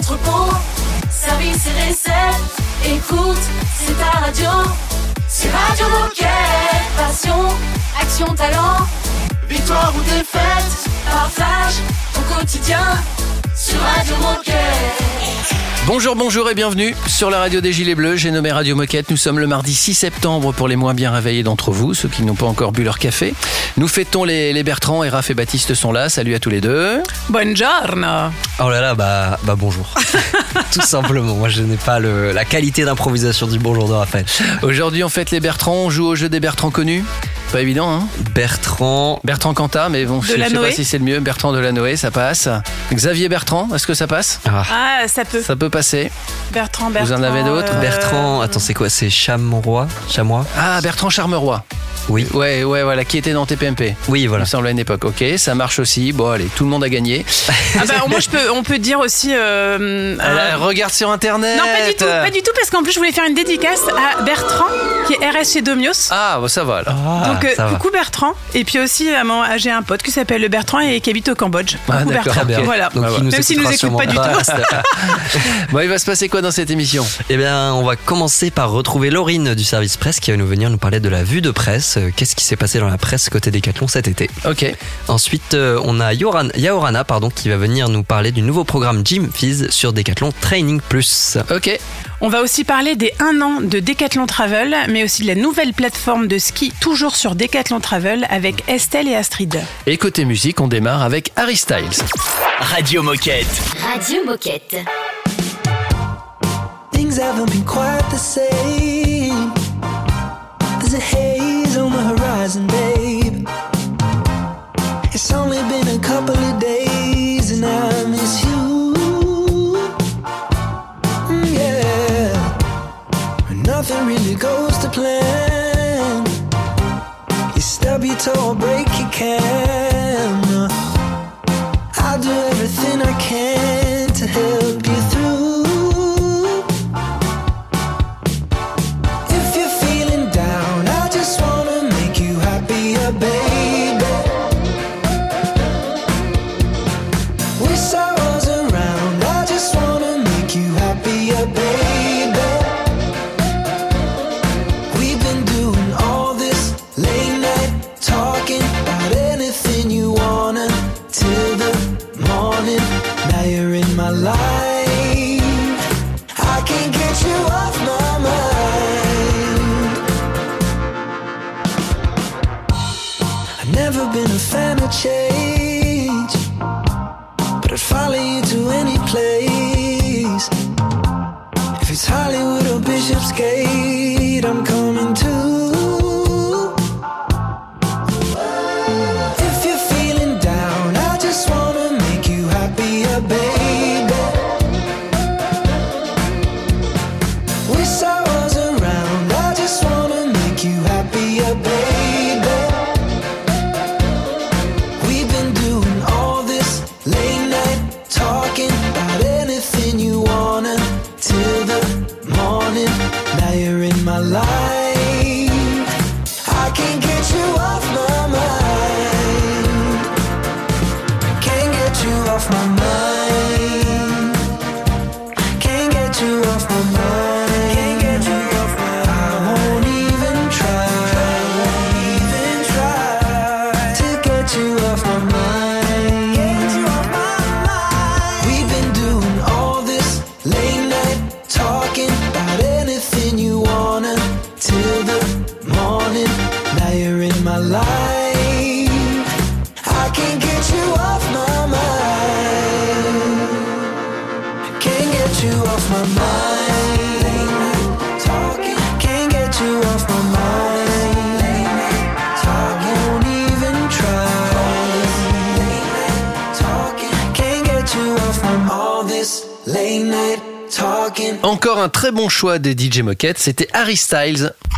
entrepôt, service et recettes. Écoute, c'est ta radio. C'est Radio Moquette. Passion, action, talent. Victoire ou défaite, partage au quotidien sur Radio Moquette. Bonjour et bienvenue sur la radio des Gilets Bleus. J'ai nommé Radio Moquette. Nous sommes le mardi 6 septembre pour les moins bien réveillés d'entre vous, ceux qui n'ont pas encore bu leur café. Nous fêtons les Bertrand et Raph et Baptiste sont là. Salut à tous les deux. Buongiorno. Oh là là, bah bonjour. Tout simplement, moi je n'ai pas la qualité d'improvisation du bonjour de Raphaël. Aujourd'hui on fête les Bertrand, on joue au jeu des Bertrand connus. Pas évident, hein. Bertrand Cantat, mais bon, je sais pas si c'est le mieux. Bertrand Delanoë, ça passe. Xavier Bertrand, est-ce que ça passe? Ça peut. Ça peut passer. Bertrand. Vous en avez d'autres? Bertrand, attends, c'est quoi? C'est Chamois? Ah, Bertrand Charmeroy. Oui. Ouais, voilà, qui était dans TPMP. Oui, voilà. Il me semble à une époque. Ok, ça marche aussi. Bon, allez, tout le monde a gagné. Moi, on peut dire aussi. Regarde sur Internet. Non, pas du tout, parce qu'en plus, je voulais faire une dédicace à Bertrand, qui est RS chez Domios. Ah, bon, ça va là. Donc, coucou Bertrand. Et puis aussi, j'ai un pote qui s'appelle Bertrand et qui habite au Cambodge. Coucou Bertrand. Très bien. Voilà. Donc, Même s'il nous écoute pas du tout. Bon, il va se passer quoi dans cette émission? Eh bien, on va commencer par retrouver Laurine du service presse qui va nous venir nous parler de la vue de presse. Qu'est-ce qui s'est passé dans la presse côté Décathlon cet été? Ok. Ensuite, on a Yaorana qui va venir nous parler du nouveau programme Gym Fizz sur Décathlon Training Plus. Ok. On va aussi parler des 1 an de Décathlon Travel, mais aussi de la nouvelle plateforme de ski toujours sur Décathlon Travel avec Estelle et Astrid. Et côté musique, on démarre avec Harry Styles. Radio Moquette. Radio Moquette. Things haven't been quite the same. There's a haze on the horizon, babe. It's only been a couple of days and I miss you. Yeah. Nothing really goes to plan. You stub your toe or break your camera. I'll do everything I can to help you through. If you're feeling down, I just wanna make you happier, baby. Wish I was around, I just wanna make you happier, baby. We've been doing all this late night talking about anything you wanna till the morning. Now you're in my life, I can't get you off my mind. I've never been a fan of change, but I'd follow you to any place. If it's Hollywood or Bishopsgate, I'm coming too. If you're feeling down, I just wanna make you happier, baby. Wish I was around, I just wanna make you happier, baby. We've been doing all this late night talking about anything you wanna till the morning. Now you're in my life, I can't get you off my mind. Can't get you off my mind. Can't get you off my mind. Can't get you off my mind. I won't even try to get you off my mind. Get you off my mind. We've been doing all this late night talking about anything you wanna till the morning. Now you're in my life, I can't get you off my mind. Can't get you off my mind. Late night talking. Can't get you off my mind. Late night talking. Won't even try. Late night talking. Can't get you off my mind. All this late night talking. Encore un très bon choix des DJ Moquette, c'était Harry Styles.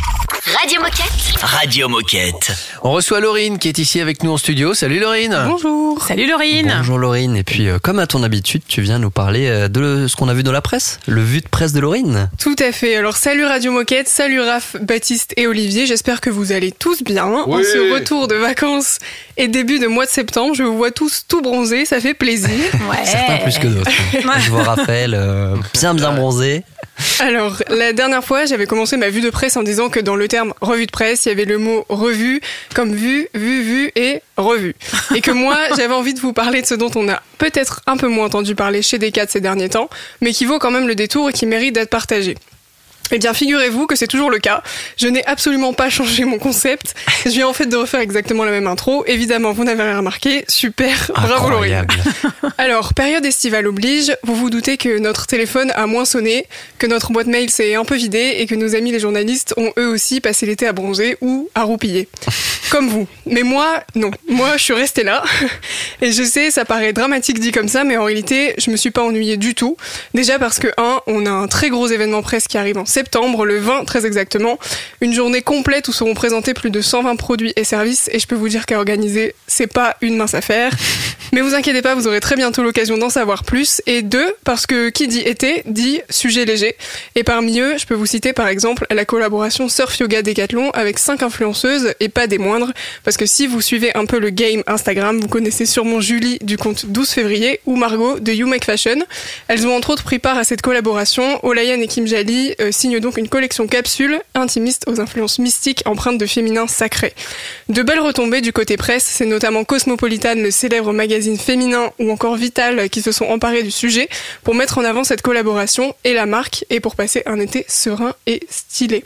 Radio Moquette. Radio Moquette. On reçoit Laurine qui est ici avec nous en studio. Salut Laurine. Bonjour. Salut Laurine. Bonjour Laurine, et puis comme à ton habitude, tu viens nous parler de ce qu'on a vu dans la presse, le vu de presse de Laurine. Tout à fait. Alors salut Radio Moquette, salut Raph, Baptiste et Olivier. J'espère que vous allez tous bien. En ce retour de vacances et début de mois de septembre, je vous vois tous tout bronzés, ça fait plaisir. Ouais. Certains plus que d'autres. Je vois Raphaël bien bronzé. Alors la dernière fois, j'avais commencé ma vue de presse en disant que dans le terme revue de presse, il y avait le mot revue comme vu et revue. Et que moi, j'avais envie de vous parler de ce dont on a peut-être un peu moins entendu parler chez Decat ces derniers temps, mais qui vaut quand même le détour et qui mérite d'être partagé. Eh bien, figurez-vous que c'est toujours le cas. Je n'ai absolument pas changé mon concept. Je viens en fait de refaire exactement la même intro. Évidemment, vous n'avez rien remarqué. Super, bravo Laurine. Alors, période estivale oblige, vous vous doutez que notre téléphone a moins sonné, que notre boîte mail s'est un peu vidée et que nos amis les journalistes ont eux aussi passé l'été à bronzer ou à roupiller. Comme vous. Mais moi, non. Moi, je suis restée là. Et je sais, ça paraît dramatique dit comme ça, mais en réalité, je me suis pas ennuyée du tout. Déjà parce que, on a un très gros événement presse qui arrive en septembre, le 20 très exactement, une journée complète où seront présentés plus de 120 produits et services, et je peux vous dire qu'à organiser, c'est pas une mince affaire. Mais vous inquiétez pas, vous aurez très bientôt l'occasion d'en savoir plus. Et deux, parce que qui dit été, dit sujet léger. Et parmi eux, je peux vous citer par exemple la collaboration Surf Yoga Décathlon avec 5 influenceuses, et pas des moindres, parce que si vous suivez un peu le game Instagram, vous connaissez sûrement Julie du compte 12 février ou Margot de You Make Fashion. Elles ont entre autres pris part à cette collaboration. Olayan et Kim Jali signent donc une collection capsule intimiste aux influences mystiques empreintes de féminin sacré. De belles retombées du côté presse, c'est notamment Cosmopolitan, le célèbre magazine féminin, ou encore Vital qui se sont emparés du sujet pour mettre en avant cette collaboration et la marque, et pour passer un été serein et stylé.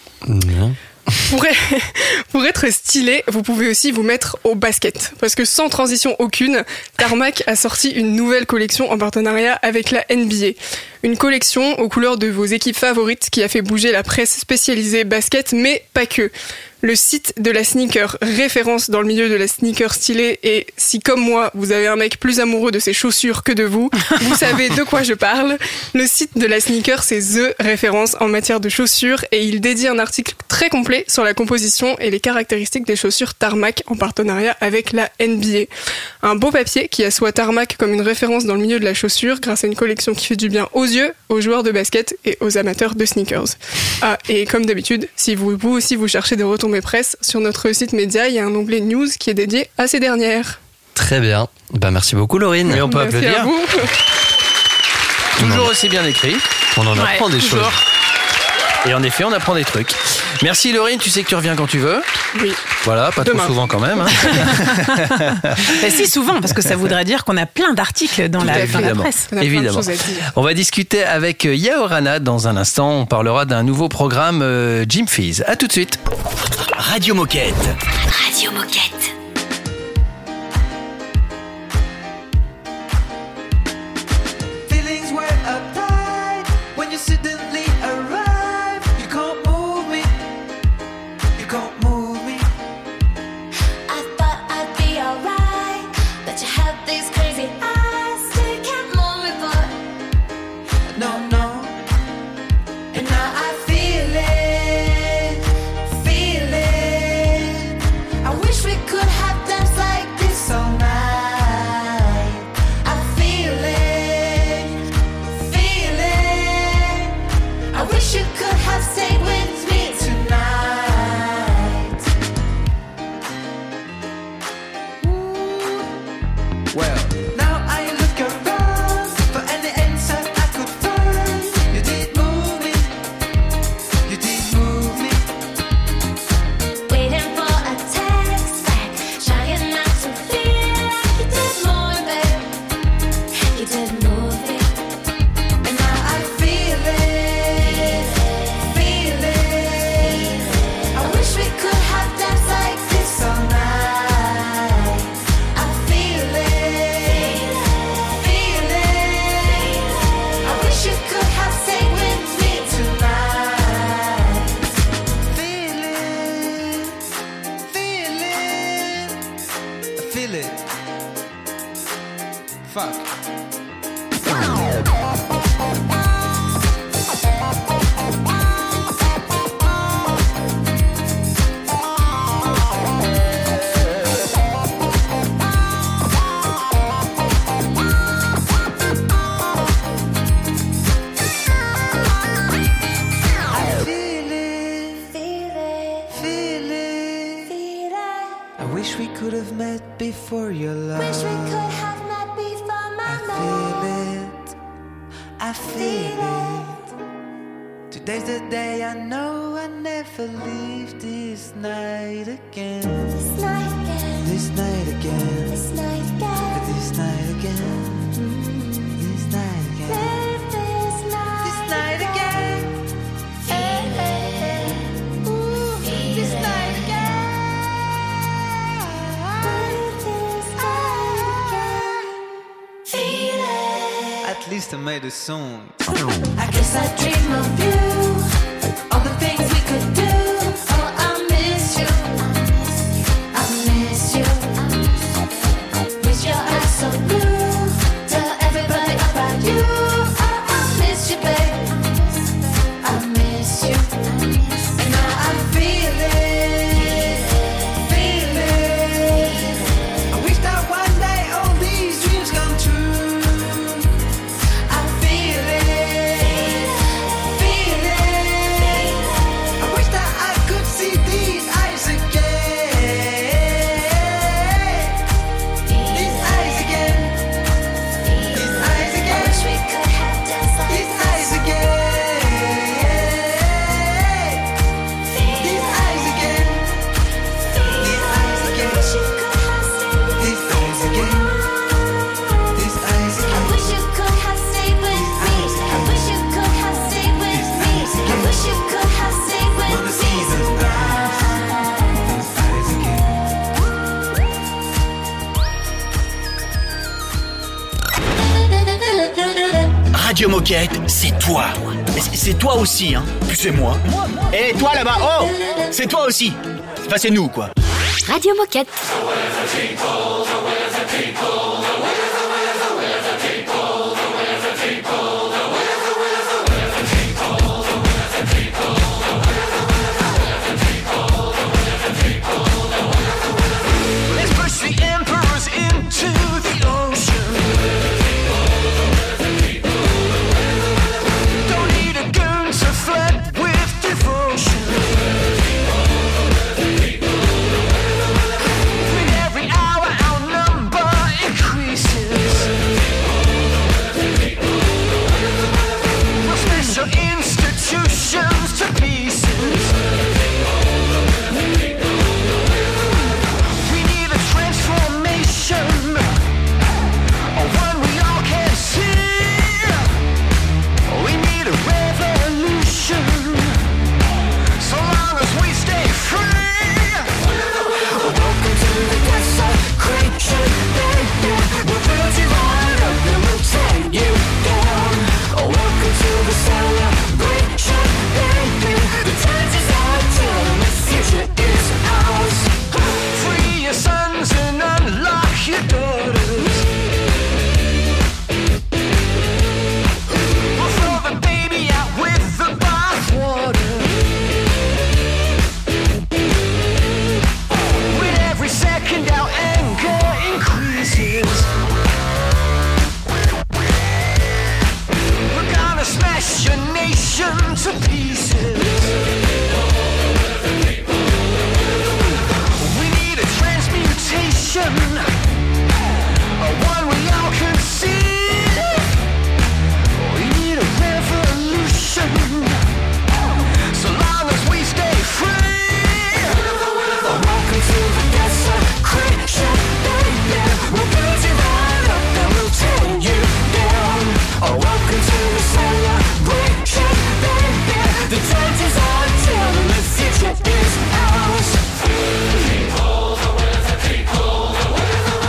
Pour être stylé, vous pouvez aussi vous mettre au basket. Parce que sans transition aucune, Tarmac a sorti une nouvelle collection en partenariat avec la NBA. Une collection aux couleurs de vos équipes favorites qui a fait bouger la presse spécialisée basket, mais pas que. Le site de la sneaker, référence dans le milieu de la sneaker stylée, et si comme moi, vous avez un mec plus amoureux de ses chaussures que de vous, vous savez de quoi je parle. Le site de la sneaker, c'est The référence en matière de chaussures, et il dédie un article très complet sur la composition et les caractéristiques des chaussures Tarmac en partenariat avec la NBA. Un beau papier qui assoit Tarmac comme une référence dans le milieu de la chaussure grâce à une collection qui fait du bien aux yeux, aux joueurs de basket et aux amateurs de sneakers. Ah, et comme d'habitude, si vous aussi vous cherchez des retombées presse, sur notre site média, il y a un onglet news qui est dédié à ces dernières. Très bien. Merci beaucoup Laurine. Mais on peut Merci applaudir. à vous. Toujours aussi bien écrit. On en apprend des toujours. choses. Et en effet, on apprend des trucs. Merci Laurine, tu sais que tu reviens quand tu veux. Oui. Voilà, pas Demain. trop souvent quand même. Hein. Bah, si, souvent, parce que ça voudrait dire qu'on a plein d'articles dans la Évidemment. presse. On a plein de Évidemment. choses à dire. On va discuter avec Yaorana dans un instant. On parlera d'un nouveau programme Gym Fees. À tout de suite. Radio Moquette. Radio Moquette. Feelings were uptight when you suddenly arrive. You can't move me. You can't move me. I thought I'd be alright, but you have these crazy eyes, so you can't move me, but No, no. And now I feel it. Feel it. I wish we could have danced like this all night. I feel it, feel it. I wish you could have stayed with me tonight. Well, now I look around for any answer I could find. You did move me. You did move me. Waiting for a text back, trying not to feel like you did more, babe. You did move it. And now I feel it. Feel it. I wish we could have danced like this all night. I feel it, feel it. I wish you could have stayed with me tonight. Feel it. Feel it. I feel it. Fuck. wish we could have met before your love. Wish we could have met before my love. I feel it. Today's the day I know I never leave this night again. This night again. This night again. This night again. This night again. This night again. Live this night. This night again. Feel it. Ooh, This night again. live this night again. Feel it. At least I made a song. I guess I dream of you. All the things we could do. Oh, I miss you. I miss you. Wish your eyes so blue. Tell everybody about you. Oh, I miss you, babe. I miss you. And now I feel it. Feel it. I wish that one day all these dreams come true. I feel it. Feel it. I wish that I could see these eyes again. These eyes again. These eyes I again. wish we could have danced like These eyes again. These eyes again. These eyes again. Wish you could have stayed with These eyes again. These eyes I again. wish you could have stayed with me. I wish you could have stayed with me. I wish you could have stayed with Wanna me. see those eyes. These eyes again. Radio Moquette, c'est toi. Mais c'est toi aussi, hein. Puis c'est moi. Et toi là-bas, oh, c'est toi aussi. Enfin, c'est nous, quoi. Radio Moquette. Let's push the emperors into the ocean. Don't need a gun to flirt with devotion. With every hour our number increases. We'll smash your institutions to pieces. We need a transformation, one we all can see. We need a revolution, so long as we stay free. Welcome to the desecration, baby. We'll build you right up and we'll take you down. Welcome to the celebration, baby. The times is our turn, the future is ours. Free your sons and unlock your daughters. We'll throw the baby out with the bathwater. With every second our anger increases. We're gonna smash your nation to pieces. We need a transmutation, one we all can see. We need a revolution, so long as we stay free. Welcome to the desecration, baby. We'll build you right up and we'll tear you down. Welcome to the celebration, baby. The times is our turn and the future is ours.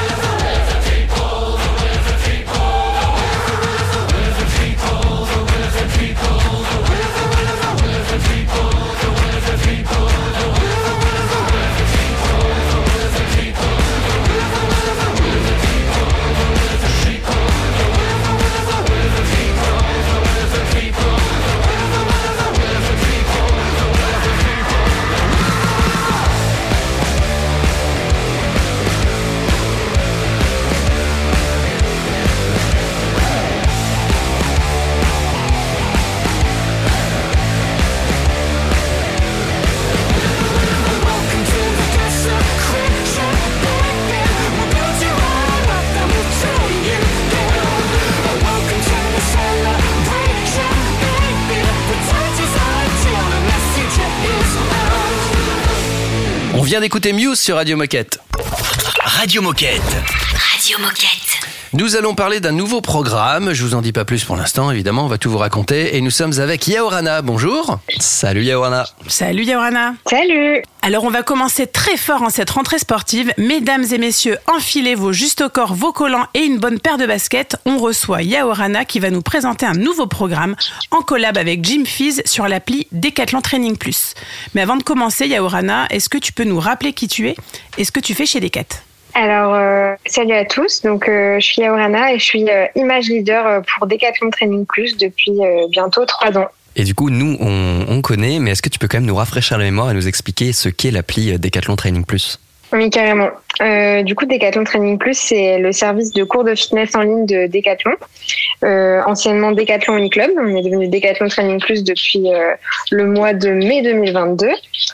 vient d'écouter Muse sur Radio Moquette. Radio Moquette. Radio Moquette. Nous allons parler d'un nouveau programme. Je vous en dis pas plus pour l'instant, évidemment, on va tout vous raconter. Et nous sommes avec Yaorana. Bonjour. Salut Yaorana. Salut Yaorana. Salut. Alors on va commencer très fort en cette rentrée sportive. Mesdames et messieurs, enfilez vos justes au corps, vos collants et une bonne paire de baskets. On reçoit Yaorana qui va nous présenter un nouveau programme en collab avec Gym Fizz sur l'appli Decathlon Training Plus. Mais avant de commencer, Yaorana, est-ce que tu peux nous rappeler qui tu es et ce que tu fais chez Decat? Alors, salut à tous. Donc, je suis Yaorana et je suis image leader pour Decathlon Training Plus depuis bientôt 3 ans. Et du coup, nous, on connaît, mais est-ce que tu peux quand même nous rafraîchir la mémoire et nous expliquer ce qu'est l'appli Decathlon Training Plus? Oui, carrément. Du coup, Decathlon Training Plus, c'est le service de cours de fitness en ligne de Decathlon. Anciennement Decathlon e-Club. On est devenu Decathlon Training Plus depuis le mois de mai 2022.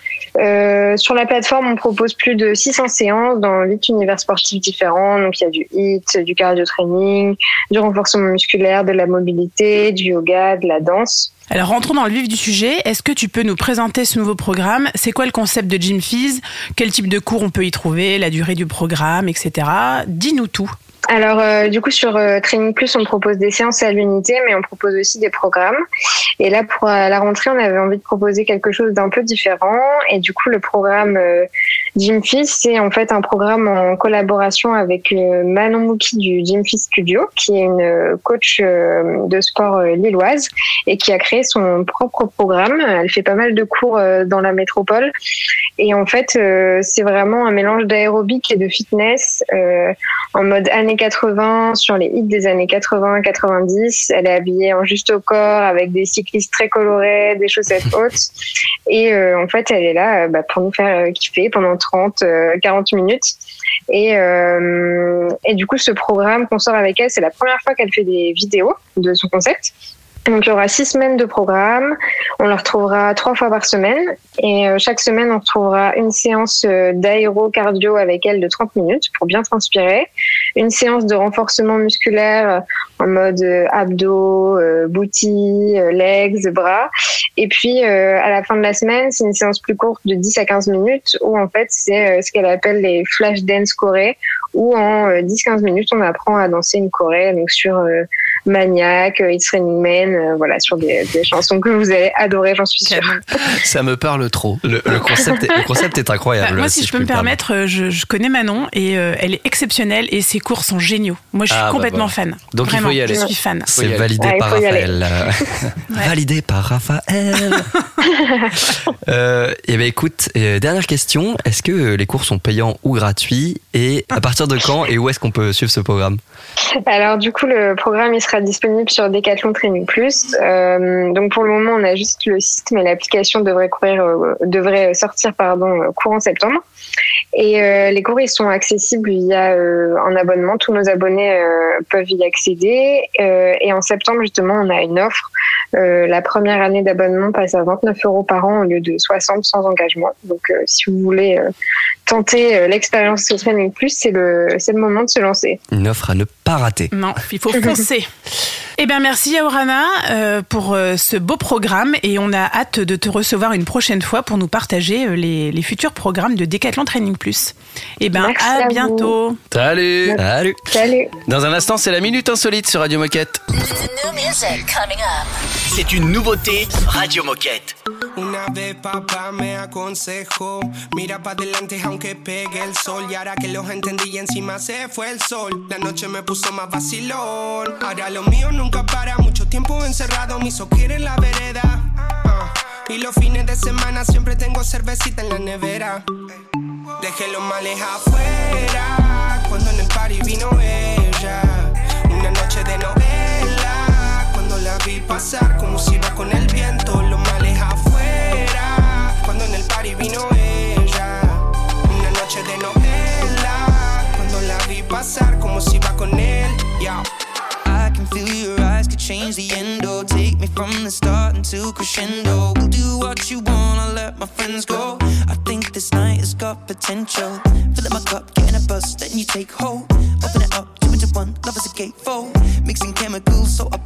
Sur la plateforme, on propose plus de 600 séances dans 8 univers sportifs différents. Donc, il y a du HIIT, du cardio training, du renforcement musculaire, de la mobilité, du yoga, de la danse. Alors rentrons dans le vif du sujet. Est-ce que tu peux nous présenter ce nouveau programme? C'est quoi le concept de Gym Fizz? Quel type de cours on peut y trouver? La durée du programme, etc. Dis-nous tout. Alors, du coup, sur Training Plus, on propose des séances à l'unité, mais on propose aussi des programmes. Et là, pour la rentrée, on avait envie de proposer quelque chose d'un peu différent. Et du coup, le programme Gym Fizz, c'est en fait un programme en collaboration avec Manon Mouki du Gym Fizz Studio, qui est une coach de sport lilloise et qui a créé son propre programme. Elle fait pas mal de cours dans la métropole. Et en fait, c'est vraiment un mélange d'aérobic et de fitness en mode années 80, sur les hits des années 80-90. Elle est habillée en juste au corps avec des cyclistes très colorés, des chaussettes hautes. Et en fait, elle est là pour nous faire kiffer pendant 30-40 minutes. Et du coup, ce programme qu'on sort avec elle, c'est la première fois qu'elle fait des vidéos de son concept. Donc, il y aura 6 semaines de programme. On la retrouvera 3 fois par semaine. Et chaque semaine, on retrouvera une séance d'aéro-cardio avec elle de 30 minutes pour bien transpirer. Une séance de renforcement musculaire en mode abdos, booty, legs, bras. Et puis, à la fin de la semaine, c'est une séance plus courte de 10 à 15 minutes où, en fait, c'est ce qu'elle appelle les flash dance choré, où en 10-15 minutes, on apprend à danser une choré, donc sur Maniac, It's Raining Men, voilà, sur des chansons que vous allez adorer, j'en suis sûre. Ça me parle trop. Le concept est incroyable. Moi, si je peux me permettre, je connais Manon et elle est exceptionnelle et ses cours sont géniaux. Moi, je suis complètement fan. Donc, vraiment, il faut y aller. Je suis fan. C'est validé par Raphaël. Validé par Raphaël. Et ben écoute, dernière question. Est-ce que les cours sont payants ou gratuits? Et à partir de quand et où est-ce qu'on peut suivre ce programme? Alors du coup, le programme il sera disponible sur Decathlon Training Plus. Donc pour le moment, on a juste le site, mais l'application devrait sortir courant septembre. Et les cours ils sont accessibles via un abonnement. Tous nos abonnés peuvent y accéder. Et en septembre justement, on a une offre. La première année d'abonnement passe à 29 € par an au lieu de 60 sans engagement. Donc si vous voulez tenter l'expérience de Training Plus, c'est le moment de se lancer. Une offre à ne pas rater. Non, il faut foncer. Eh bien, merci Yaorana pour ce beau programme et on a hâte de te recevoir une prochaine fois pour nous partager les futurs programmes de Decathlon Training Plus. Eh bien, à bientôt. Salut. Salut. Dans un instant, c'est la Minute Insolite sur Radio Moquette. C'est une nouveauté Radio Moquette. Una vez papá me aconsejó, mira pa' delante aunque pegue el sol. Y ahora que los entendí y encima se fue el sol, la noche me puso más vacilón. Ahora lo mío nunca para, mucho tiempo encerrado, me hizo quiere en la vereda. Y los fines de semana siempre tengo cervecita en la nevera. Dejé los males afuera, cuando en el party vino ella. Una noche de novela, cuando la vi pasar como si iba con el viento. Los males afuera, cuando en el party vino ella. Una noche de novela, cuando la vi pasar como si iba con él. Yeah. I can feel your eyes could change the endo. Take me from the start into crescendo. We'll do what you want, I'll let my friends go. I think this night has got potential. Fill up my cup, get in a bus, then you take hold. Open it up, 2 into 1, love is a gatefold. Mixing chemicals, so I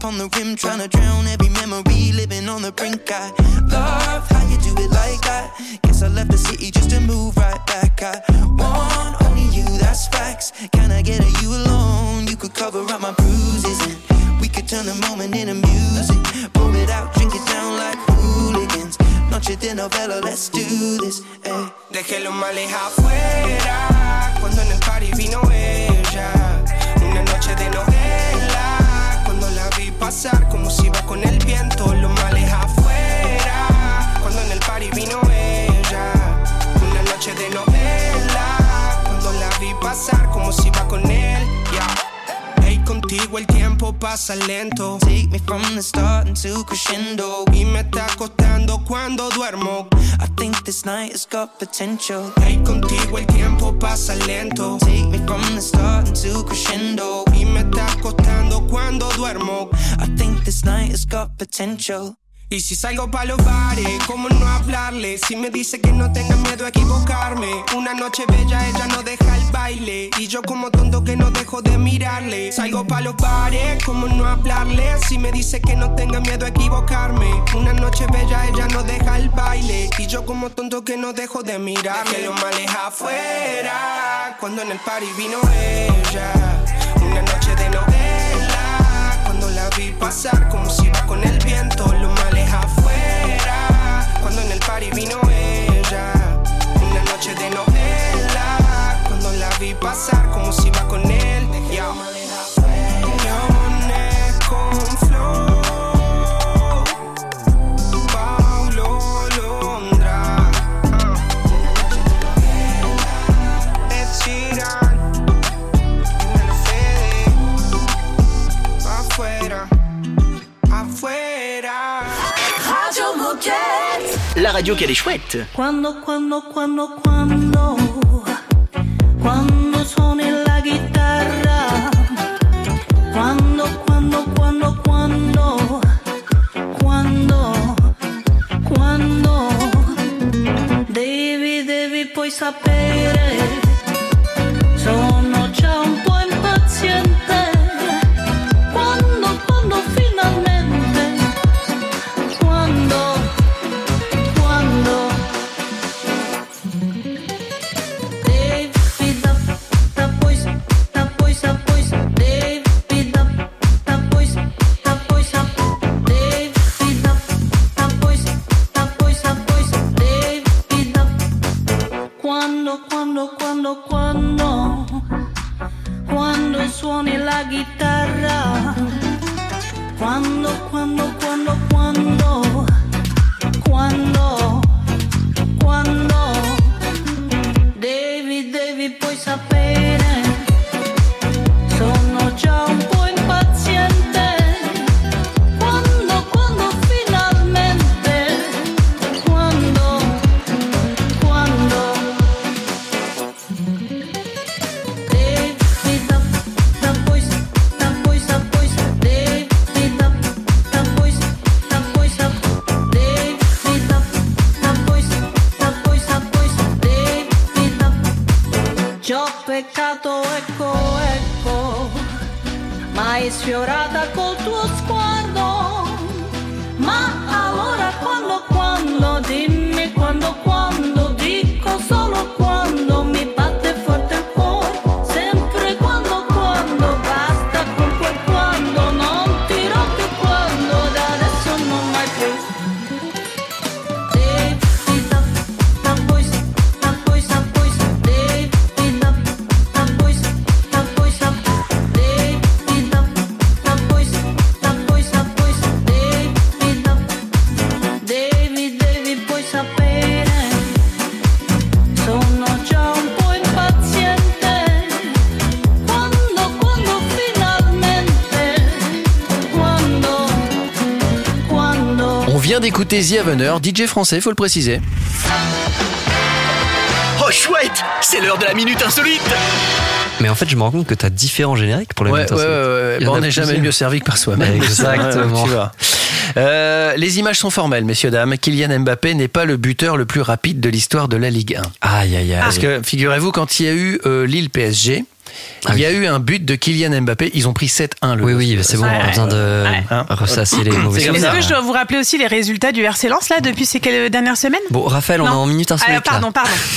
on the rim, trying to drown every memory, living on the brink. I love how you do it like that. Guess I left the city just to move right back. I want only you, that's facts. Can I get a you alone? You could cover up my bruises and we could turn the moment into music. Pour it out, drink it down like hooligans. Noche de novela, let's do this. Dejé los males afuera cuando en el party vino ella. Una noche de novela cuando la vi pasar como si iba con el viento. Los males afuera cuando en el party vino ella. Una noche de novela cuando la vi pasar como si iba con él. Hey, contigo el tiempo pasa lento. Take me from the start into crescendo. Y me está costando cuando duermo. I think this night has got potential. Hey, contigo el tiempo pasa lento. Take me from the start into crescendo. Y me está costando cuando duermo. I think this night has got potential. Y si salgo pa' los bares, ¿cómo no hablarle? Si me dice que no tenga miedo a equivocarme. Una noche bella, ella no deja el baile. Y yo como tonto que no dejo de mirarle. Salgo pa' los bares, ¿cómo no hablarle? Si me dice que no tenga miedo a equivocarme. Una noche bella, ella no deja el baile. Y yo como tonto que no dejo de mirarle. Dejé los males afuera cuando en el party vino ella. Una noche de novela cuando la vi pasar como si iba con el viento. Los males afuera cuando en el party vino ella. Una noche de novela cuando la vi pasar como si iba con él. Leones con flow, Paulo Londra, Ed Sheeran, Fede, afuera, afuera. Radio Moquette. La radio qu'elle est chouette. Quando suoni la chitarra, quando devi poi sapere, sono già un po' impaziente, quando finalmente, quando quando suoni la chitarra, quando devi poi sapere, sono già un po' impaziente, quando finalmente, quando peccato, ecco, ma hai sfiorata col tuo sguardo. Ma allora quando, dimmi quando, dico solo quando, mi batte forte il cuore, sempre quando, basta con quel quando, non dirò più quando, da adesso non mai più. On vient d'écouter The Avener, DJ français, faut le préciser. Oh chouette, c'est l'heure de la minute insolite. Mais en fait, je me rends compte que t'as différents génériques pour les minutes insolites. Ouais. Bon, on n'est jamais mieux servi que par soi-même. Exactement. Tu vois. Les images sont formelles, messieurs, dames. Kylian Mbappé n'est pas le buteur le plus rapide de l'histoire de la Ligue 1. Aïe. Parce que, figurez-vous, quand il y a eu Lille-PSG, Il y a eu un but de Kylian Mbappé. Ils ont pris 7-1. Oui, c'est bon. Pas besoin de ressasser les mauvais souvenirs. Est-ce que je dois vous rappeler aussi les résultats du RC Lens là depuis ces dernières semaines? Bon, Raphaël, on est en minute insolite. Pardon.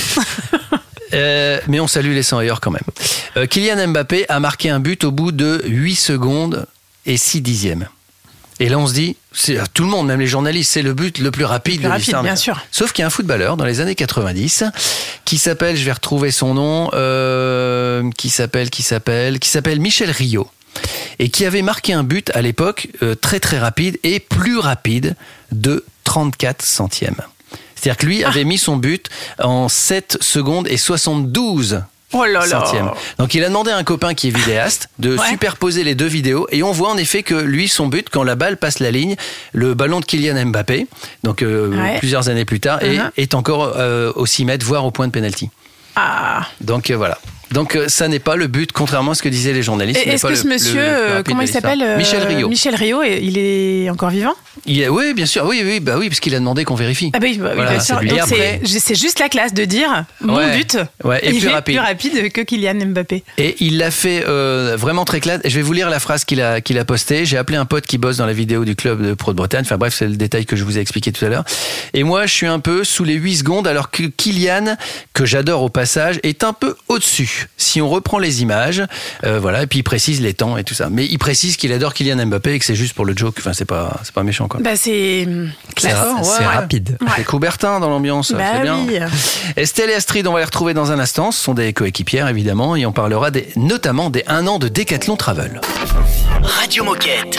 Mais on salue les 100 ailleurs quand même. Kylian Mbappé a marqué un but au bout de 8 secondes et 6 dixièmes. Et là, on se dit, tout le monde, même les journalistes, c'est le but le plus rapide de l'histoire. Bien sûr. Sauf qu'il y a un footballeur dans les années 90 qui s'appelle, je vais retrouver son nom, qui s'appelle Michel Rio. Et qui avait marqué un but à l'époque très très rapide et plus rapide de 34 centièmes. C'est-à-dire que lui avait mis son but en 7 secondes et 72 centièmes. Donc il a demandé à un copain qui est vidéaste de superposer les deux vidéos et on voit en effet que lui, son but, quand la balle passe la ligne, le ballon de Kylian Mbappé, donc plusieurs années plus tard, est encore au 6 mètres, voire au point de pénalty. Donc voilà. Donc ça n'est pas le but, contrairement à ce que disaient les journalistes. Est-ce que ce monsieur, comment il s'appelle, Michel Rio, il est encore vivant? Oui, bien sûr, oui, parce qu'il a demandé qu'on vérifie. Oui, bien sûr. Donc c'est juste la classe de dire mon but est plus rapide que Kylian Mbappé. Et il l'a fait vraiment très classe. Je vais vous lire la phrase qu'il a postée. J'ai appelé un pote qui bosse dans la vidéo du club de Pro de Bretagne. Enfin bref, c'est le détail que je vous ai expliqué tout à l'heure. Et moi, je suis un peu sous les 8 secondes, alors que Kylian, que j'adore au passage, est un peu au-dessus. Si on reprend les images, et puis il précise les temps et tout ça. Mais il précise qu'il adore Kylian Mbappé et que c'est juste pour le joke. Enfin, c'est pas méchant, quoi. C'est rapide. C'est Coubertin dans l'ambiance. C'est bien. Oui. Estelle et Astrid, on va les retrouver dans un instant. Ce sont des coéquipières, évidemment, et on parlera notamment des 1 an de Decathlon Travel. Radio Moquette.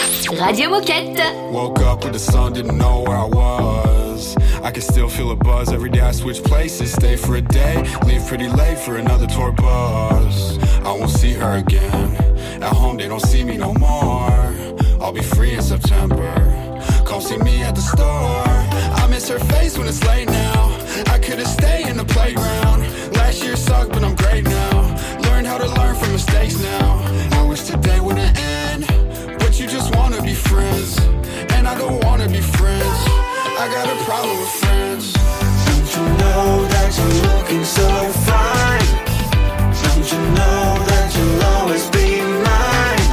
Woke up with the sun, didn't know where I was. I can still feel a buzz every day I switch places. Stay for a day, leave pretty late for another tour bus. I won't see her again. At home they don't see me no more. I'll be free in September. Come see me at the store. I miss her face when it's late now. I could've stayed in the playground. Last year sucked but I'm great now. Learned how to learn from mistakes now. I wish today wouldn't end, but you just wanna be friends. And I don't wanna be friends. I got a problem with friends. Don't you know that you're looking so fine? Don't you know that you'll always be mine?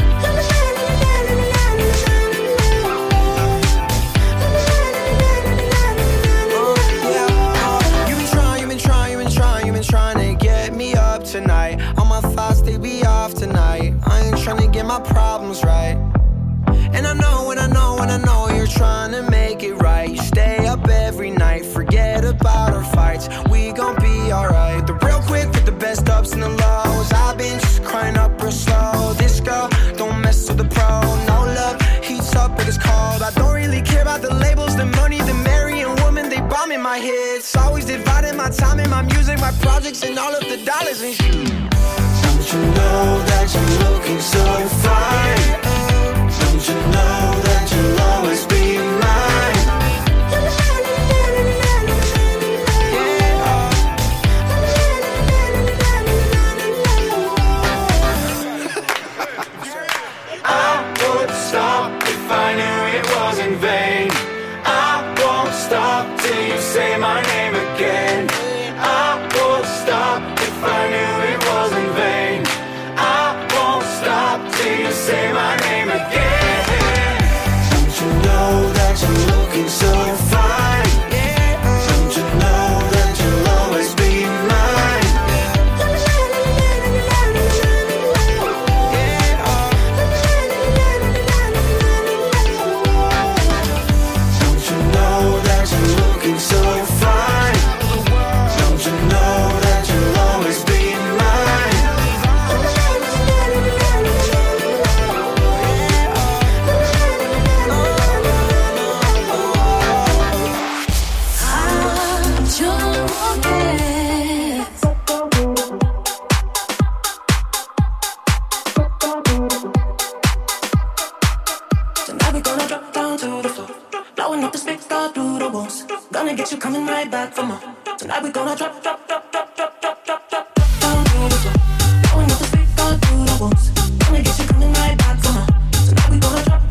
You've been trying to get me up tonight. All my thoughts, they be off tonight. I ain't trying to get my problems right. And I know you're trying to make it right. You stay up every night, forget about our fights. We gon' be alright. The real quick with the best ups and the lows. I've been just crying up real slow. This girl don't mess with the pro. No love heats up but it's cold. I don't really care about the labels, the money, the marrying woman. They bomb in my head. It's always dividing my time and my music, my projects and all of the dollars and shit. Don't you know that you're looking so fine? Don't you know that you'll always be mine? I would stop if I knew it was in vain. I won't stop till you say my name again. I would stop if I knew it was in vain. I won't stop till you say my name again. You're looking so fine. Don't you know that you'll always be mine? Don't you know that you're looking so fine? Don't you know that you'll always be mine? Gonna get you coming right back for more. Tonight we gonna drop down to the floor. Blowing up the speaker through the walls. Gonna get you coming right back for more. Tonight we gonna drop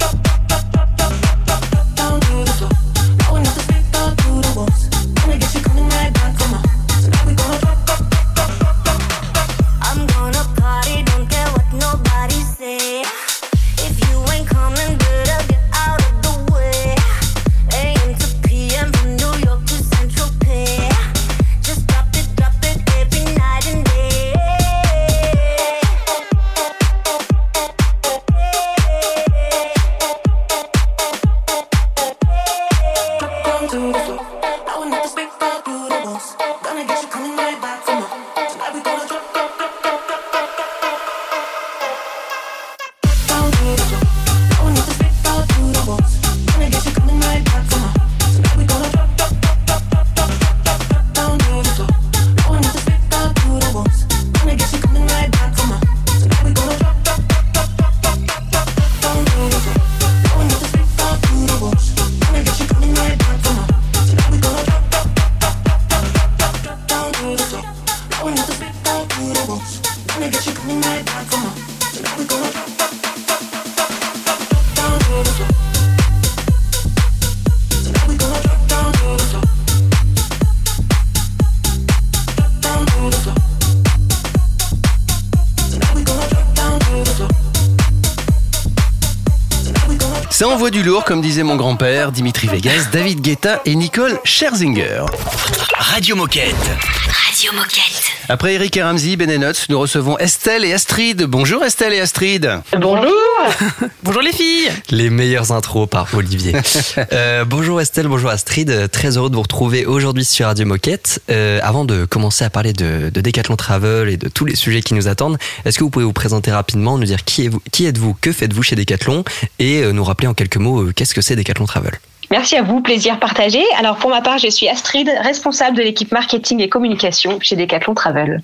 down to the floor. Blowing up the speaker through the walls. Gonna get you coming right back for more. Tonight we gonna drop. I'm gonna party finally get you coming right down, come on. So now we gonna drop down to the floor. So now we gonna drop down to the floor. Drop down to the floor. So now we gonna drop down to the floor. Ça envoie du lourd, comme disait mon grand-père, Dimitri Vegas, David Guetta et Nicole Scherzinger. Radio Moquette. Radio Moquette. Après Eric et Ramsey, Ben et Nuts, nous recevons Estelle et Astrid. Bonjour Estelle et Astrid. Bonjour. Bonjour les filles. Les meilleures intros par Olivier. Bonjour Estelle, bonjour Astrid. Très heureux de vous retrouver aujourd'hui sur Radio Moquette. Avant de commencer à parler de Decathlon Travel et de tous les sujets qui nous attendent, est-ce que vous pouvez vous présenter rapidement, nous dire qui êtes-vous, que faites-vous chez Decathlon et nous rappeler en quelques mots qu'est-ce que c'est Decathlon Travel? Merci à vous, plaisir partagé. Alors pour ma part, je suis Astrid, responsable de l'équipe marketing et communication chez Decathlon Travel.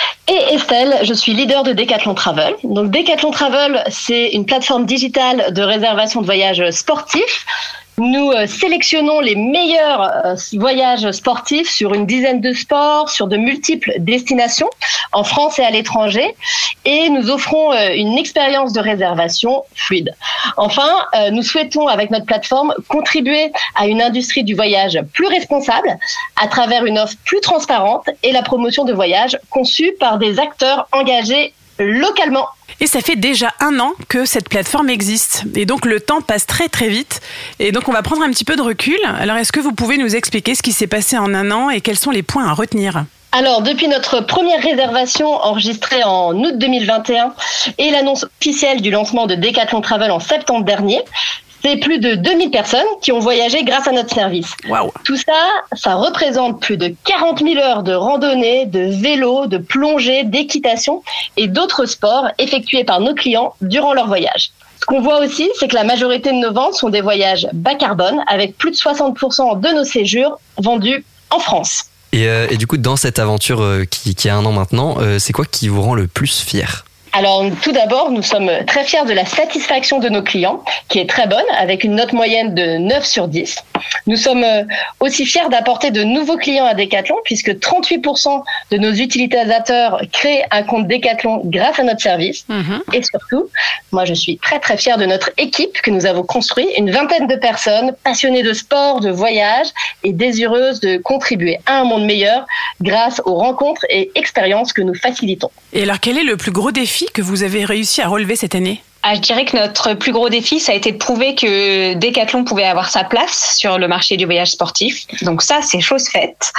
Et Estelle, je suis leader de Decathlon Travel. Donc Decathlon Travel, c'est une plateforme digitale de réservation de voyages sportifs. Nous sélectionnons les meilleurs voyages sportifs sur une dizaine de sports, sur de multiples destinations, en France et à l'étranger. Et nous offrons une expérience de réservation fluide. Enfin, nous souhaitons, avec notre plateforme, contribuer à une industrie du voyage plus responsable à travers une offre plus transparente et la promotion de voyages conçus par des acteurs engagés localement. Et ça fait déjà 1 an que cette plateforme existe. Et donc le temps passe très très vite. Et donc on va prendre un petit peu de recul. Alors est-ce que vous pouvez nous expliquer ce qui s'est passé en 1 an et quels sont les points à retenir ? Alors, depuis notre première réservation enregistrée en août 2021 et l'annonce officielle du lancement de Decathlon Travel en septembre dernier, c'est plus de 2000 personnes qui ont voyagé grâce à notre service. Wow. Tout ça, ça représente plus de 40 000 heures de randonnée, de vélo, de plongée, d'équitation et d'autres sports effectués par nos clients durant leur voyage. Ce qu'on voit aussi, c'est que la majorité de nos ventes sont des voyages bas carbone, avec plus de 60% de nos séjours vendus en France. Et du coup, dans cette aventure qui a 1 an maintenant, c'est quoi qui vous rend le plus fier ? Alors, tout d'abord, nous sommes très fiers de la satisfaction de nos clients, qui est très bonne, avec une note moyenne de 9 sur 10. Nous sommes aussi fiers d'apporter de nouveaux clients à Decathlon, puisque 38% de nos utilisateurs créent un compte Decathlon grâce à notre service. Et surtout, moi, je suis très, très fière de notre équipe que nous avons construite, une vingtaine de personnes passionnées de sport, de voyage et désireuses de contribuer à un monde meilleur grâce aux rencontres et expériences que nous facilitons. Et alors, quel est le plus gros défi que vous avez réussi à relever cette année ? Je dirais que notre plus gros défi, ça a été de prouver que Decathlon pouvait avoir sa place sur le marché du voyage sportif. Donc ça, c'est chose faite.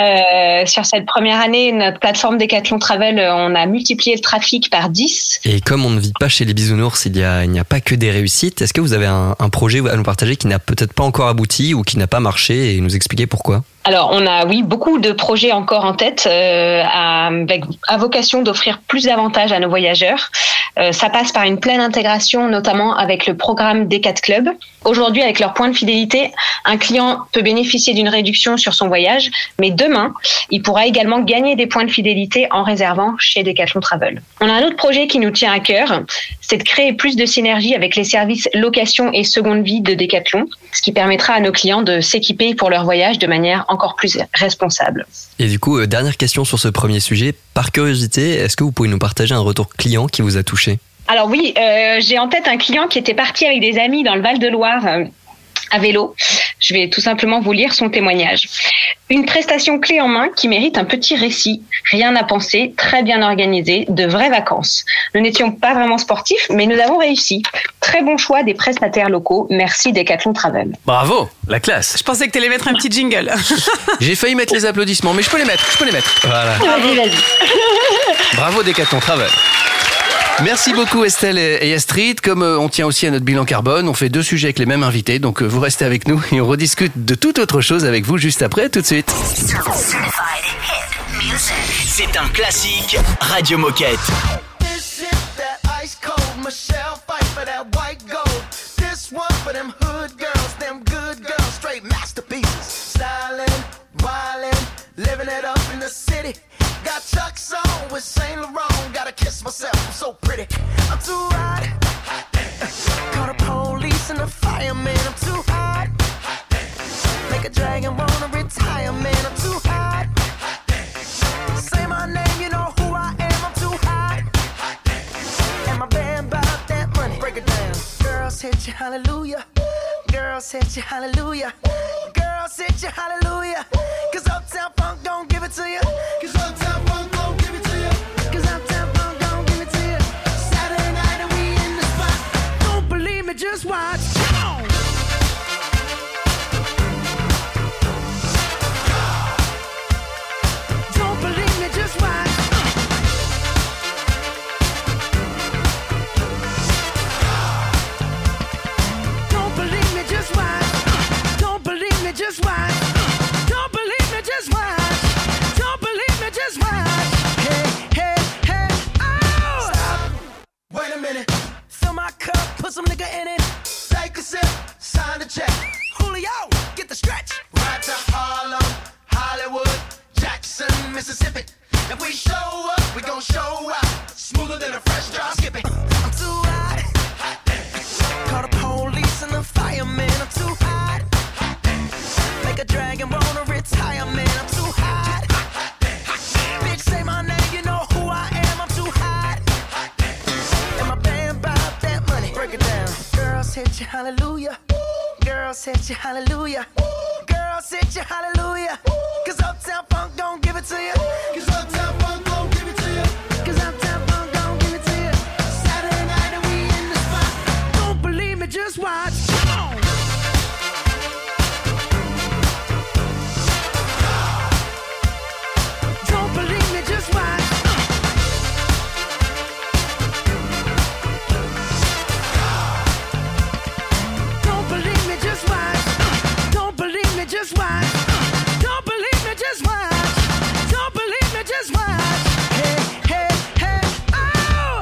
Sur cette première année, notre plateforme Decathlon Travel, on a multiplié le trafic par 10. Et comme on ne vit pas chez les bisounours, il n'y a pas que des réussites. Est-ce que vous avez un projet à nous partager qui n'a peut-être pas encore abouti ou qui n'a pas marché et nous expliquer pourquoi ? Alors, on a, oui, beaucoup de projets encore en tête à vocation d'offrir plus d'avantages à nos voyageurs. Ça passe par une pleine intégration, notamment avec le programme Decat Club. Aujourd'hui, avec leur point de fidélité, un client peut bénéficier d'une réduction sur son voyage, mais demain, il pourra également gagner des points de fidélité en réservant chez Decathlon Travel. On a un autre projet qui nous tient à cœur, c'est de créer plus de synergie avec les services location et seconde vie de Decathlon, ce qui permettra à nos clients de s'équiper pour leur voyage de manière encore plus responsable. Et du coup, dernière question sur ce premier sujet. Par curiosité, est-ce que vous pouvez nous partager un retour client qui vous a touché ? Alors oui, j'ai en tête un client qui était parti avec des amis dans le Val-de-Loire à vélo. Je vais tout simplement vous lire son témoignage. Une prestation clé en main qui mérite un petit récit. Rien à penser, très bien organisé, de vraies vacances. Nous n'étions pas vraiment sportifs, mais nous avons réussi. Très bon choix des prestataires locaux. Merci Decathlon Travel. Bravo, la classe. Je pensais que tu allais mettre un petit jingle. J'ai failli mettre les applaudissements, mais je peux les mettre. Voilà. Vas-y. Bravo Decathlon Travel. Merci beaucoup Estelle et Astrid. Comme on tient aussi à notre bilan carbone, on fait 2 sujets avec les mêmes invités. Donc vous restez avec nous et on rediscute de toute autre chose avec vous juste après, tout de suite. C'est un classique Radio Moquette. Got Chuck's on with Saint Laurent. Gotta kiss myself, I'm so pretty. I'm too hot. Call the police and the fireman. I'm too hot. Make a dragon wanna retire, man. I'm too hot. Say my name, you know who I am. I'm too hot. hit you hallelujah. Girls hit you hallelujah. Girls hit you hallelujah. Cause Uptown Funk don't give it to you. Cause Uptown Funk don't give it to you. Cause Uptown Funk don't give it to you. Saturday night and we in the spot. Don't believe me, just watch. Come on. Don't believe me, just watch. Just watch. Don't believe me, just watch. Don't believe me, just watch. Don't believe me, just watch. Hey, hey, hey, oh! Stop. Wait a minute. Fill my cup, put some nigga in it. Take a sip, sign the check. Julio, get the stretch. Right to Harlem, Hollywood, Jackson, Mississippi. If we show up, we gon' show out. Smoother than a fresh drop skipping. I'm too hot. Call the police and the firemen. I'm too hot. Make a dragon wanna retire, man. I'm too hot. Bitch, say my name, you know who I am. I'm too hot. And my band bought that money. Break it down. Girls hit you, hallelujah. Girls hit you, hallelujah. Girls hit you, hallelujah. Cause Uptown Funk don't give it to you. Cause Uptown Funk don't give it to you. Cause Uptown Funk don't give it to you. Saturday night and we in the spot. Don't believe me, just watch. Come on. Don't believe me, just watch. Don't believe me, just watch. Don't believe me, just watch. Don't believe me, just watch. Don't believe me, just watch. Hey, hey, hey, oh!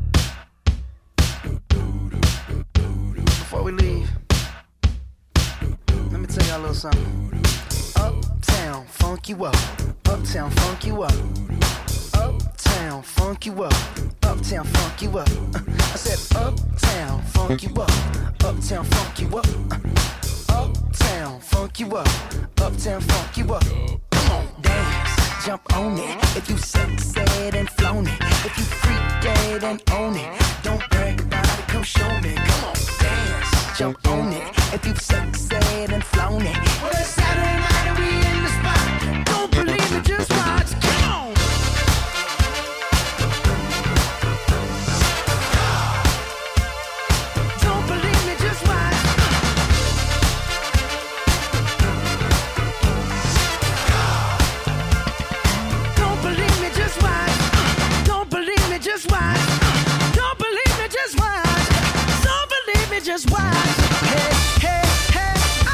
Before we leave, let me tell y'all a little something. Uptown, funk you up. Uptown, funk you up. Uptown, funk you up. Uptown, funk you up. I said uptown, funk you up. Uptown, funk you up. Uptown, funk you up. Uptown, funk you up. Come on, dance, jump on it. If you sexed and flown it. If you freak dead and own it. Don't brag about it, come show me. Come on, dance, jump on it. If you sexed and flown it. Well, it's Saturday night and we in the spot. Don't believe it, just watch. Come on. Don't believe me, just watch. Don't believe me, just watch. Don't believe me, just watch. Don't believe me, just watch. Don't believe me, just watch. Hey, hey, hey, oh!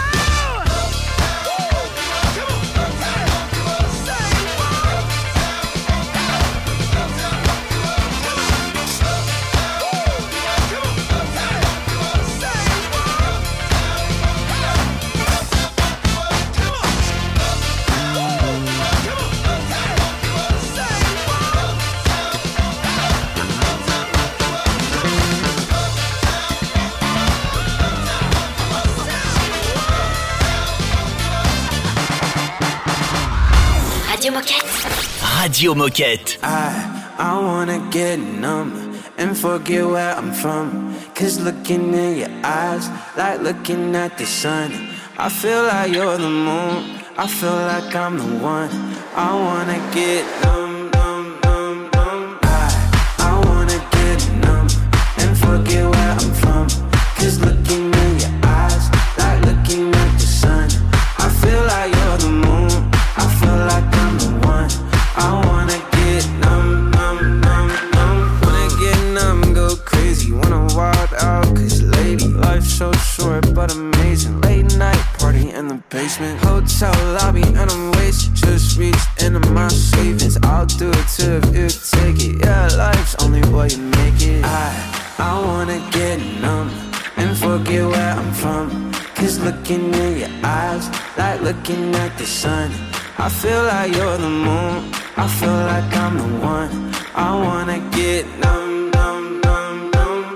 Radio Moquette. Radio Moquette. I wanna get numb and forget where I'm from. Cause looking in your eyes, like looking at the sun. I feel like you're the moon, I feel like I'm the one. I wanna get numb, numb, numb, numb. I wanna get numb and forget where I'm from. Cause looking in your eyes, like looking at the sun. I feel like you're the moon, I feel like I'm the one. I wanna get numb, numb, numb, numb. Wanna get numb, go crazy, wanna wild out. Cause lady, life's so short but amazing. Late night party in the basement, hotel lobby and I'm wasted. Just reached into my savings, I'll do it too if you take it. Yeah, life's only what you make it. I wanna get numb and forget where I'm from. Cause looking in your eyes, like looking at the sun. I feel like you're the moon, I feel like I'm the one. I wanna get numb, numb, numb, numb.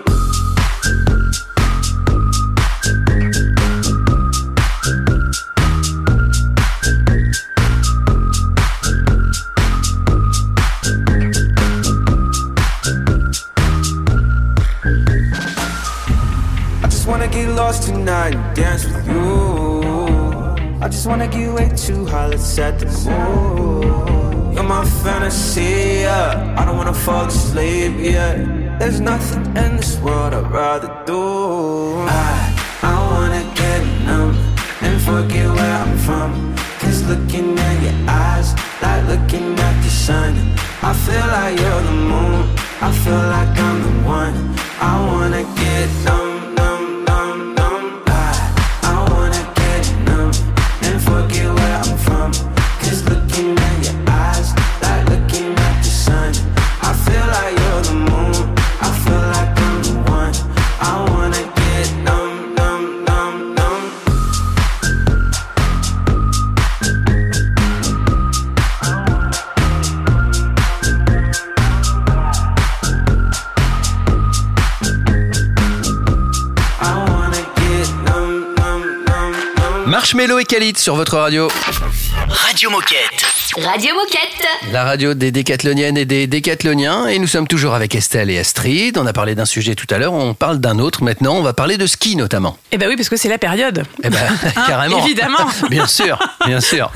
I just wanna lost tonight and dance with you. I just wanna get way too high, let's set the mood. You're my fantasy, yeah. I don't wanna fall asleep, yeah. There's nothing in this world I'd rather do. I wanna get numb and forget where I'm from. Cause looking at your eyes, like looking at the sun. I feel like you're the moon, I feel like I'm the one. I wanna get numb, numb, numb, numb. I wanna get numb and forget where I'm from. Cause looking at your eyes, like looking at the sun. I feel like you're the moon, I feel like I'm the one. I wanna get numb, numb, numb, numb. Marshmello et Khalid sur votre radio. Radio Moquette. Radio Moquette. La radio des décathloniennes et des décathloniens. Et nous sommes toujours avec Estelle et Astrid. On a parlé d'un sujet tout à l'heure, on parle d'un autre maintenant. On va parler de ski notamment. Eh ben oui, parce que c'est la période. Eh ben, carrément. Évidemment. Bien sûr, bien sûr.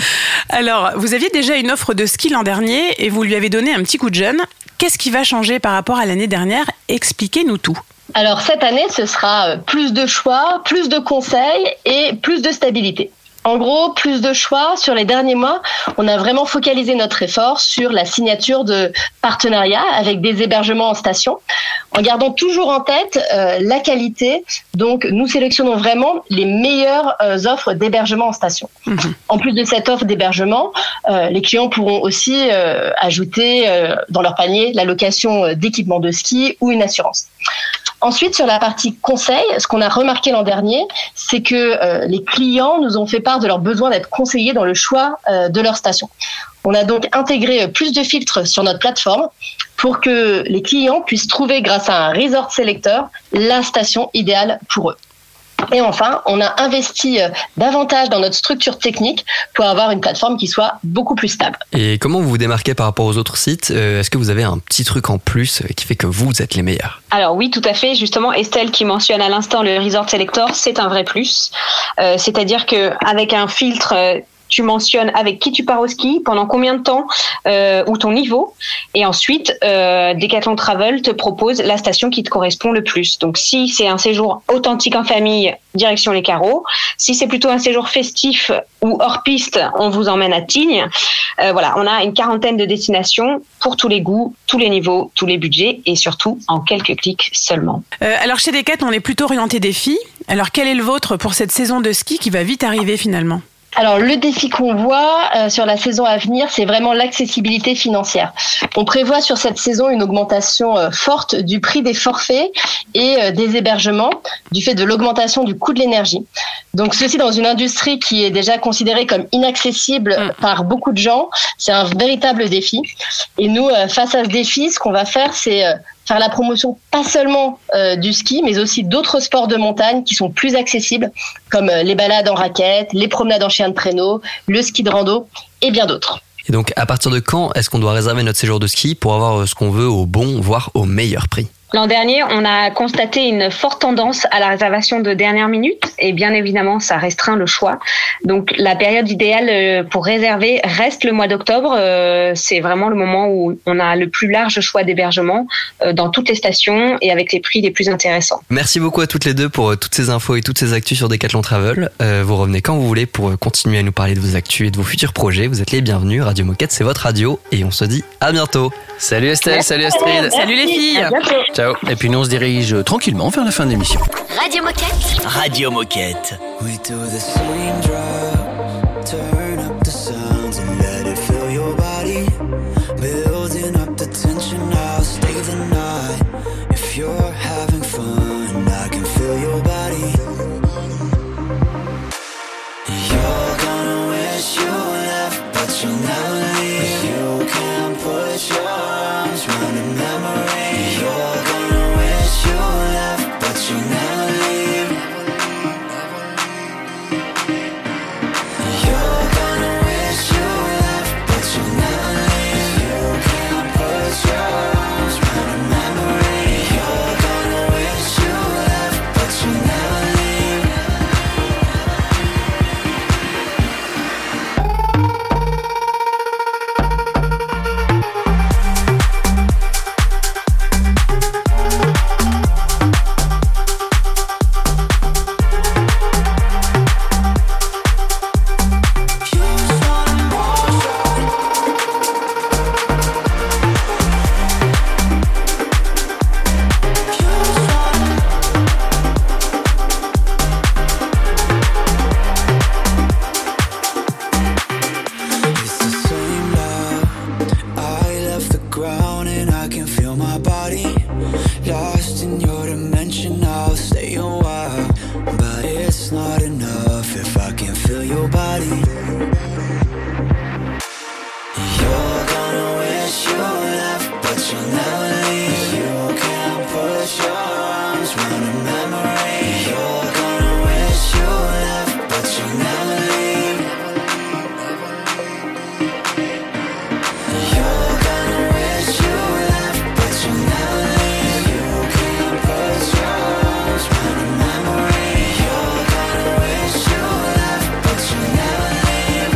Alors, vous aviez déjà une offre de ski l'an dernier et vous lui avez donné un petit coup de jeune. Qu'est-ce qui va changer par rapport à l'année dernière? Expliquez-nous tout. Alors cette année, ce sera plus de choix, plus de conseils et plus de stabilité. En gros, plus de choix. Sur les derniers mois, on a vraiment focalisé notre effort sur la signature de partenariats avec des hébergements en station, en gardant toujours en tête la qualité. Donc, nous sélectionnons vraiment les meilleures offres d'hébergement en station. En plus de cette offre d'hébergement, les clients pourront aussi ajouter dans leur panier la location d'équipements de ski ou une assurance. Ensuite, sur la partie conseil, ce qu'on a remarqué l'an dernier, c'est que les clients nous ont fait part de leur besoin d'être conseillés dans le choix de leur station. On a donc intégré plus de filtres sur notre plateforme pour que les clients puissent trouver, grâce à un resort selector, la station idéale pour eux. Et enfin, on a investi davantage dans notre structure technique pour avoir une plateforme qui soit beaucoup plus stable. Et comment vous vous démarquez par rapport aux autres sites? Est-ce que vous avez un petit truc en plus qui fait que vous êtes les meilleurs? Alors oui, tout à fait. Justement, Estelle qui mentionne à l'instant le Resort Selector, c'est un vrai plus. C'est-à-dire qu'avec un filtre... tu mentionnes avec qui tu pars au ski, pendant combien de temps, ou ton niveau. Et ensuite, Decathlon Travel te propose la station qui te correspond le plus. Donc, si c'est un séjour authentique en famille, direction les Carreaux. Si c'est plutôt un séjour festif ou hors piste, on vous emmène à Tignes. Voilà, on a une 40aine de destinations pour tous les goûts, tous les niveaux, tous les budgets et surtout en quelques clics seulement. Alors, chez Decathlon, on est plutôt orienté défi. Alors, quel est le vôtre pour cette saison de ski qui va vite arriver finalement ? Alors, le défi qu'on voit sur la saison à venir, c'est vraiment l'accessibilité financière. On prévoit sur cette saison une augmentation forte du prix des forfaits et des hébergements du fait de l'augmentation du coût de l'énergie. Donc, ceci dans une industrie qui est déjà considérée comme inaccessible par beaucoup de gens, c'est un véritable défi. Et nous, face à ce défi, ce qu'on va faire, c'est faire la promotion pas seulement du ski, mais aussi d'autres sports de montagne qui sont plus accessibles, comme les balades en raquettes, les promenades en chien de traîneau, le ski de rando et bien d'autres. Et donc, à partir de quand est-ce qu'on doit réserver notre séjour de ski pour avoir ce qu'on veut au bon, voire au meilleur prix ? L'an dernier, on a constaté une forte tendance à la réservation de dernière minute et bien évidemment, ça restreint le choix. Donc, la période idéale pour réserver reste le mois d'octobre. C'est vraiment le moment où on a le plus large choix d'hébergement dans toutes les stations et avec les prix les plus intéressants. Merci beaucoup à toutes les deux pour toutes ces infos et toutes ces actus sur Decathlon Travel. Vous revenez quand vous voulez pour continuer à nous parler de vos actus et de vos futurs projets. Vous êtes les bienvenus. Radio Moquette, c'est votre radio et on se dit à bientôt. Salut Estelle, salut Astrid. Salut les filles. Ciao. Et puis nous on se dirige tranquillement vers la fin de l'émission. Radio Moquette. Radio Moquette. We do the same drug, turn up the sounds and let it fill your body. Building up the tension, I'll stay the night. If you're having fun, I can feel your body. You're gonna wish you left, but you'll never leave. You can put your arms around a memory. You're gonna wish you left, but you'll never leave. You're gonna wish you left, but you'll never leave. You can put your arms around a my body. Lost in your dimension, I'll stay a while. But it's not enough if I can't feel your body. You're gonna wish you left, but you'll never leave. You can't push your arms round a memory. You're gonna wish you left, but you'll never leave. You're gonna wish you left, but you'll never leave. You can't push your arms round a memory. You're gonna wish you left, but you'll never leave.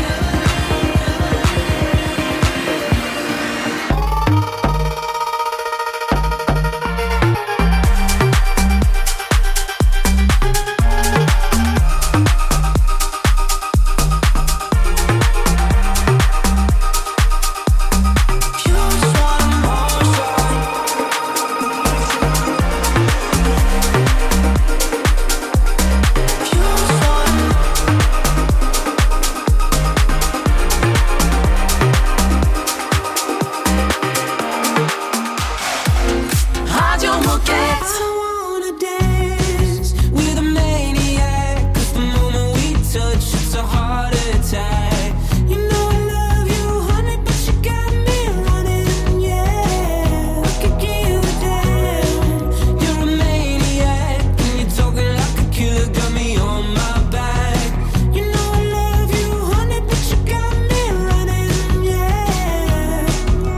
Radio Moquette. I wanna dance with a maniac. 'Cause the moment we touch, it's a heart attack. You know I love you, honey, but you got me running, yeah. I could give you a damn. You're a maniac, and you're talking like a killer, got me on my back. You know I love you, honey, but you got me running, yeah.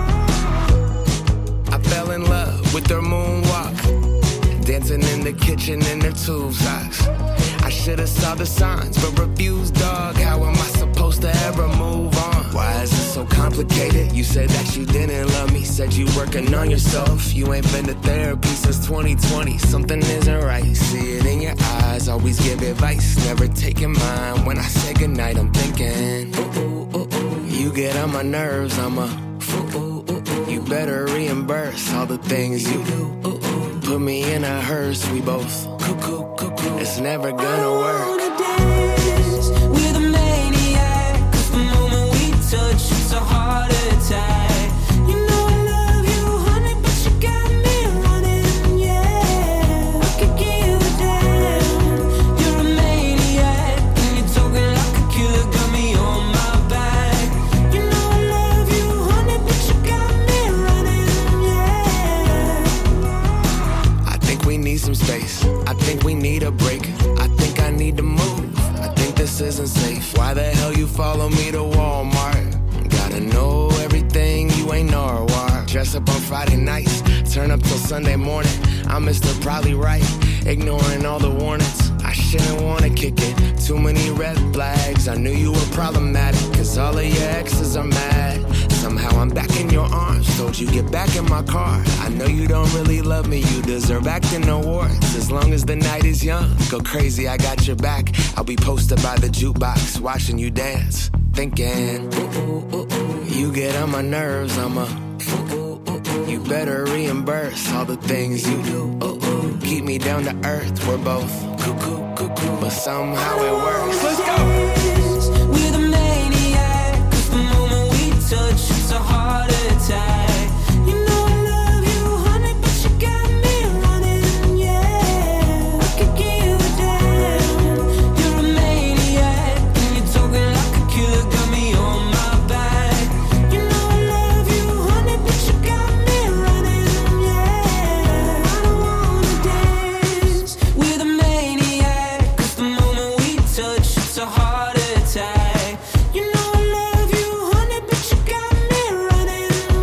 I fell in love with her moonwalk, dancing in the kitchen in her tube socks. I should've saw the signs, but refused, dog. How am I supposed to ever move on? Why is it so complicated? You said that you didn't love me, said you working on yourself. You ain't been to therapy since 2020. Something isn't right, see it in your eyes. Always give advice, never taking mine. When I say goodnight, I'm thinking, ooh, ooh, ooh, ooh. You get on my nerves, I'm a fool. You better reimburse all the things you do. Put me in a hearse, we both cuckoo. It's never gonna work. I wanna dance with a maniac. 'Cause the moment we touch, it's a heart attack. You know I love you, honey, but you got me running, yeah. I could give you a damn. You're a maniac, and you're talking like a killer, got me on my back. You know I love you, honey, but you got me running, yeah. I think we need some space. I think we need a break. I think I need to move. I think this isn't safe. Why the hell you follow me to Walmart? Gotta know everything, you ain't Norwalk. Dress up on Friday nights, turn up till Sunday morning. I'm Mr. Probably Right, ignoring all the warnings. I shouldn't wanna kick it, too many red flags. I knew you were problematic, 'cause all of your exes are mad. Somehow I'm back in your arms, told you get back in my car. I know you don't really love me, you deserve acting awards. As long as the night is young, go crazy, I got your back. I'll be posted by the jukebox, watching you dance, thinking, ooh, ooh, ooh, ooh. You get on my nerves, I'm a fool. You better reimburse all the things you do. Keep me down to earth, we're both cuckoo, but somehow it works. Let's go! With a maniac, 'cause the moment we touch, it's a heart attack. You know I love you, honey, but you got me running, yeah. I could give you a damn. You're a maniac, and you're talking like a killer, got me on my back. You know I love you, honey, but you got me running, yeah. I don't wanna dance with a maniac, 'cause the moment we touch, it's a heart attack. You know I love you, honey, but you got me running,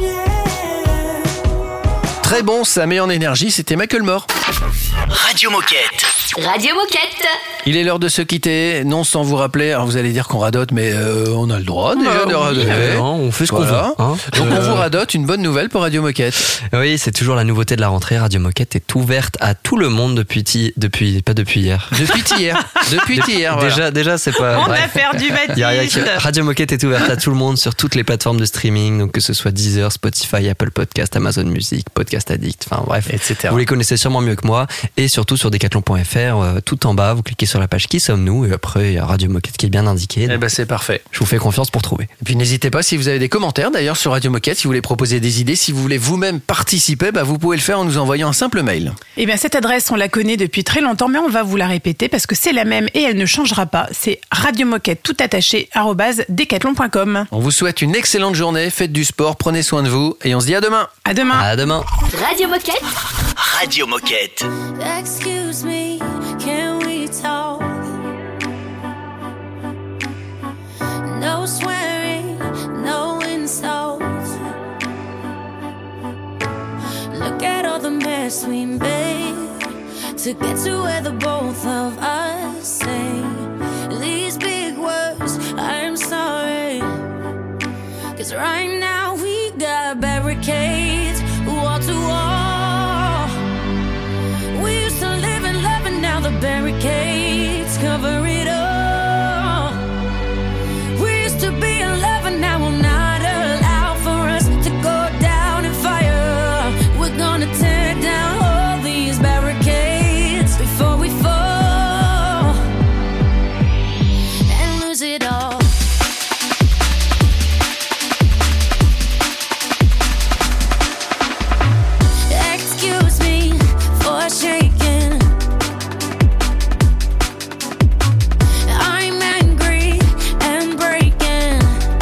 yeah. Très bon, ça met en énergie, c'était Macklemore. Radio Moquette. Radio Moquette. Il est l'heure de se quitter, non sans vous rappeler, alors vous allez dire qu'on radote, mais on a le droit déjà de radoter. On fait ce qu'on Voilà. veut. Hein. Donc on vous radote, une bonne nouvelle pour Radio Moquette. Oui, c'est toujours la nouveauté de la rentrée. Radio Moquette est ouverte à tout le monde depuis pas depuis hier. Depuis hier. Voilà. Déjà, c'est pas. On bref. a perdu Il y a rien Baptiste. qui- Radio Moquette est ouverte à tout le monde sur toutes les plateformes de streaming, donc que ce soit Deezer, Spotify, Apple Podcast, Amazon Music, Podcast Addict. Enfin bref, etc. Vous les connaissez sûrement mieux que moi. Et surtout sur decathlon.fr, tout en bas, vous cliquez sur la page Qui sommes-nous, et après il y a Radio Moquette qui est bien indiqué. Eh ben c'est parfait. Je vous fais confiance pour trouver. Et puis n'hésitez pas, si vous avez des commentaires d'ailleurs sur Radio Moquette, si vous voulez proposer des idées, si vous voulez vous-même participer, vous pouvez le faire en nous envoyant un simple mail. Eh bien, cette adresse, on la connaît depuis très longtemps, mais on va vous la répéter parce que c'est la même et elle ne changera pas. C'est radiomoquette tout attaché @decathlon.com. On vous souhaite une excellente journée, faites du sport, prenez soin de vous et on se dit à demain. À demain. À demain. Radio Moquette. Radio Moquette. Excuse me, can we talk? No swearing, no insults. Look at all the mess we made to get to where the both of us say these big words, I'm sorry. 'Cause right now we got barricades, wall to wall. We used to live in love and now the barricades cover it all. We used to be in love and now we'll not allow for us to go down in fire. We're gonna tear down all these barricades before we fall and lose it all. Excuse me for shaking. I'm angry and breaking,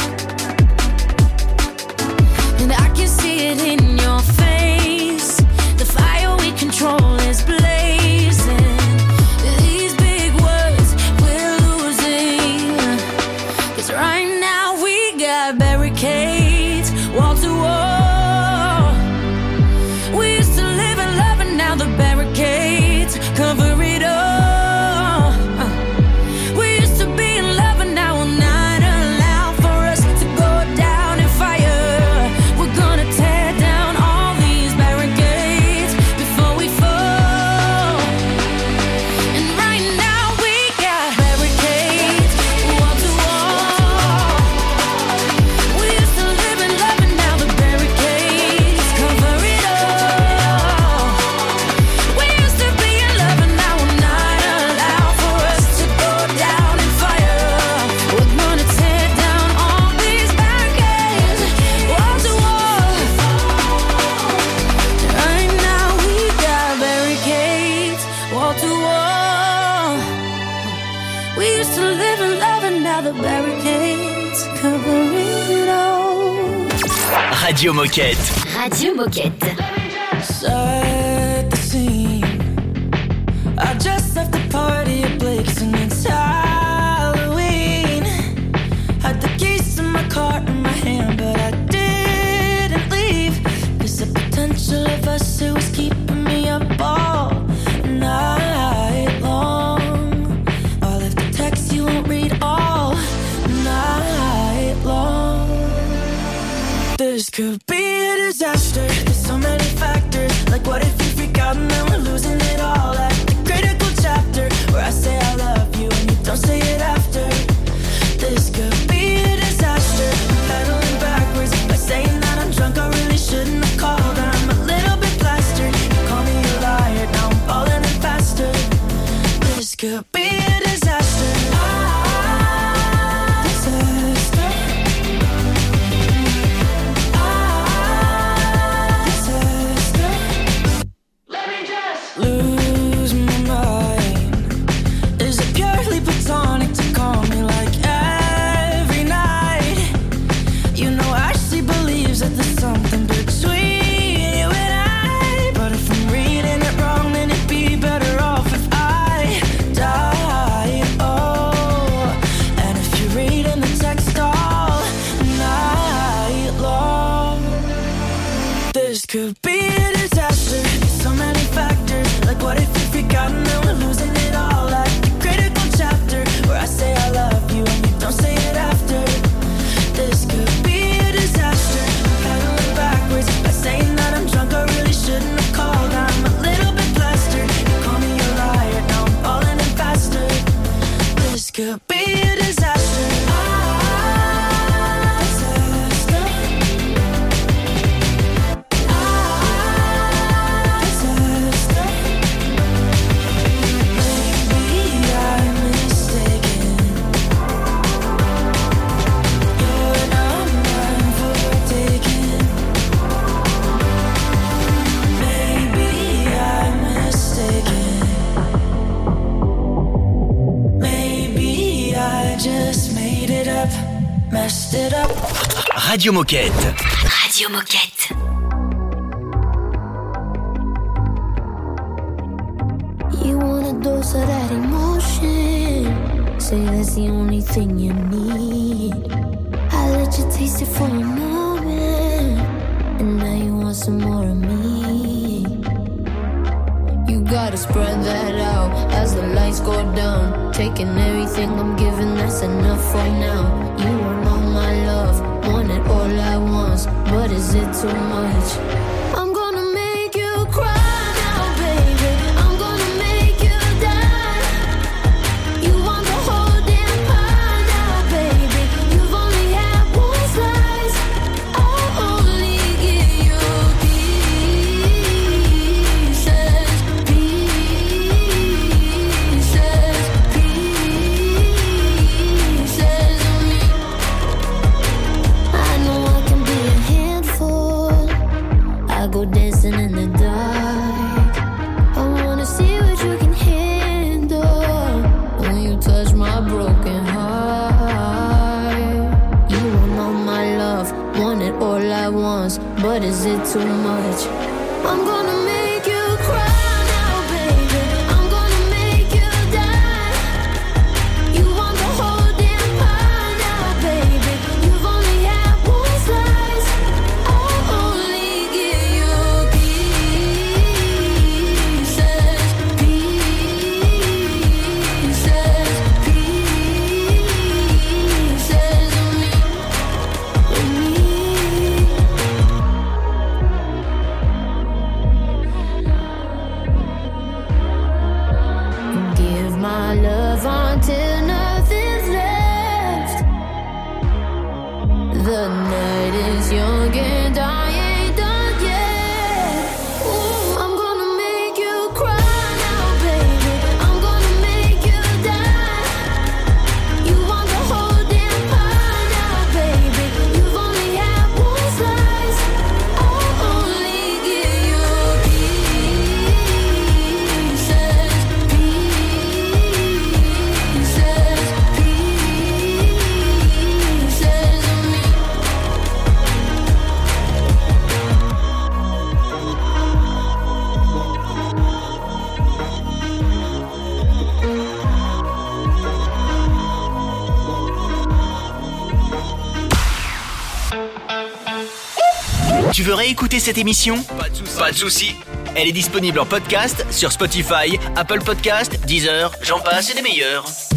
and I can see it in your face. The fire we control is blazing. These big words we're losing. 'Cause right now we got barricades, wall to wall. We used to live in love and now the barricades cover it all. We used to be in love and now we'll not allow for us to go down in fire. We're gonna tear down all these barricades before we fall. And right now we got barricades, wall to wall. We used to live in love and now the barricades cover it all. We used to be in love and now we'll not allow for us to go down in fire. We're gonna tear down all these barricades, wall to wall. Right now we got barricades, wall to wall. We used to live in love and now the barricades cover it all. Radio Moquette. Radio Moquette. Set the scene. I just left the party at Blake's and it's Halloween. Had the keys to my car in my hand, but I didn't leave. 'Cause the potential of us, it was keeping me up all night long. I'll leave the text you won't read all night long. This could be a disaster. There's so many messed it up. Radio Moquette. Radio Moquette. You want a dose of that emotion. Say that's the only thing you need. I let you taste it for a moment, and now you want some more of me. You gotta spread that out as the lights go down. Taking everything I'm giving, that's enough for now. You want all my love, want it all at once, but is it too much? I'm gonna make you cry. Dancing in the dark, I wanna see what you can handle when you touch my broken heart. You want all my love, want it all at once, but is it too much? I'm gonna make you cry now, baby. I'm gonna make you die. You want the whole damn pie now, baby. You've only had one slice. I'll only give you my love until nothing's left. The night is young and I ain't done yet. Ooh, I'm gonna make you cry now, baby. I'm gonna make you die. You want the whole damn pie now, baby. You've only had one slice. I'll only give you pieces, Tu veux réécouter cette émission ? Pas de souci. Elle est disponible en podcast sur Spotify, Apple Podcast, Deezer, j'en passe et des meilleurs.